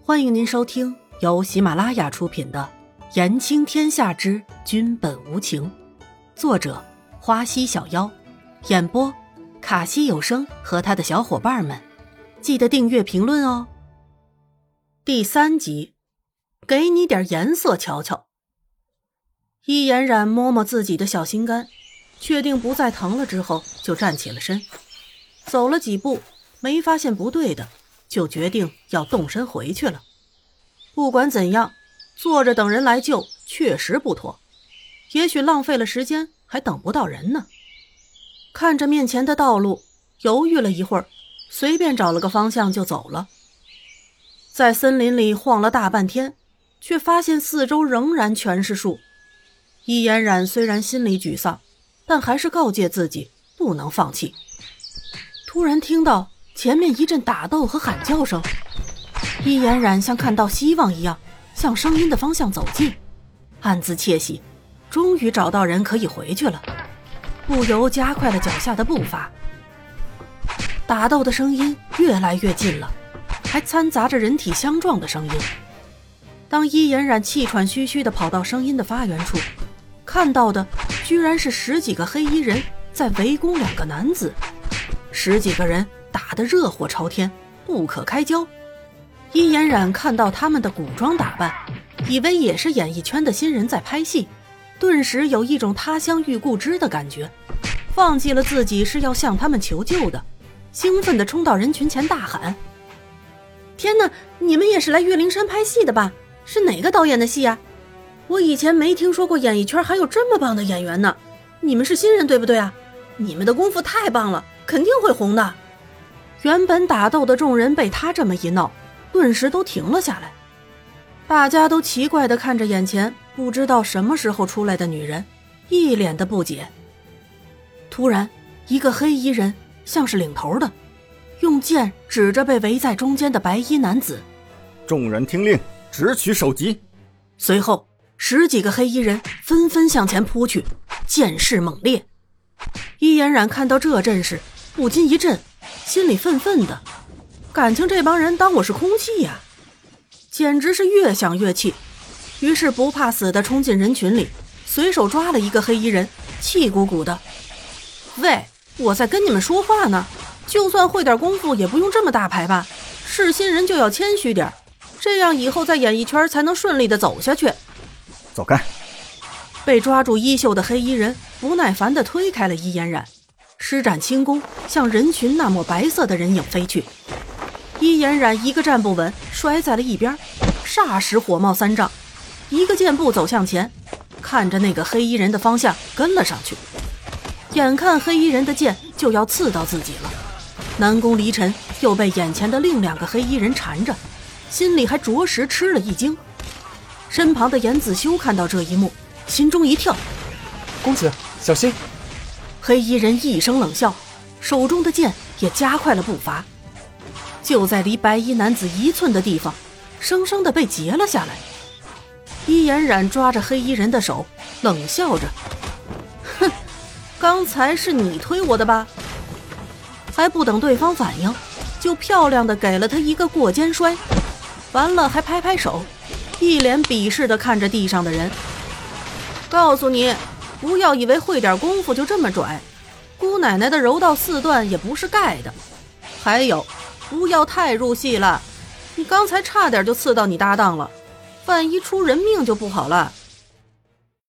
欢迎您收听由喜马拉雅出品的《言情天下之君本无情》，作者花溪小妖，演播卡西有声和他的小伙伴们。记得订阅评论哦。第3集，给你点颜色瞧瞧。伊颜染摸摸自己的小心肝，确定不再疼了之后，就站起了身，走了几步，没发现不对的，就决定要动身回去了。不管怎样，坐着等人来救确实不妥，也许浪费了时间，还等不到人呢。看着面前的道路，犹豫了一会儿，随便找了个方向就走了。在森林里晃了大半天，却发现四周仍然全是树。伊颜染虽然心里沮丧，但还是告诫自己不能放弃。突然听到前面一阵打斗和喊叫声，伊颜染像看到希望一样向声音的方向走近，暗自窃喜，终于找到人可以回去了，不由加快了脚下的步伐。打斗的声音越来越近了，还掺杂着人体相撞的声音。当伊颜染气喘吁吁地跑到声音的发源处，看到的居然是10几个黑衣人在围攻2个男子，10几个人打得热火朝天，不可开交。伊颜染看到他们的古装打扮，以为也是演艺圈的新人在拍戏，顿时有一种他乡遇故知的感觉，忘记了自己是要向他们求救的，兴奋地冲到人群前大喊：天哪，你们也是来岳灵山拍戏的吧？是哪个导演的戏啊？我以前没听说过演艺圈还有这么棒的演员呢，你们是新人对不对啊？你们的功夫太棒了，肯定会红的。原本打斗的众人被他这么一闹，顿时都停了下来，大家都奇怪地看着眼前不知道什么时候出来的女人，一脸的不解。突然，一个黑衣人像是领头的，用剑指着被围在中间的白衣男子： 众人听令，直取首级。 随后10几个黑衣人纷纷向前扑去，剑势猛烈。伊颜染看到这阵势，不禁一震，心里愤愤的，感情这帮人当我是空气呀，简直是越想越气。于是不怕死的冲进人群里，随手抓了一个黑衣人，气鼓鼓的：喂，我在跟你们说话呢，就算会点功夫也不用这么大牌吧，是新人就要谦虚点，这样以后在演艺圈才能顺利的走下去。 走开！ 被抓住衣袖的黑衣人不耐烦地推开了伊颜染，施展轻功向人群那抹白色的人影飞去。伊颜染一个站不稳，摔在了一边，霎时火冒三丈，一个箭步走向前，看着那个黑衣人的方向跟了上去。眼看黑衣人的剑就要刺到自己了，南宫离尘又被眼前的另2个黑衣人缠着，心里还着实吃了一惊。身旁的颜子修看到这一幕，心中一跳： 公子小心！ 黑衣人一声冷笑，手中的剑也加快了步伐，就在离白衣男子1寸的地方，生生地被截了下来。伊颜染抓着黑衣人的手，冷笑着：哼，刚才是你推我的吧？还不等对方反应，就漂亮地给了他一个过肩摔，完了还拍拍手，一脸鄙视地看着地上的人。告诉你，不要以为会点功夫就这么拽，姑奶奶的柔道4段也不是盖的。还有，不要太入戏了，你刚才差点就刺到你搭档了，万一出人命就不好了。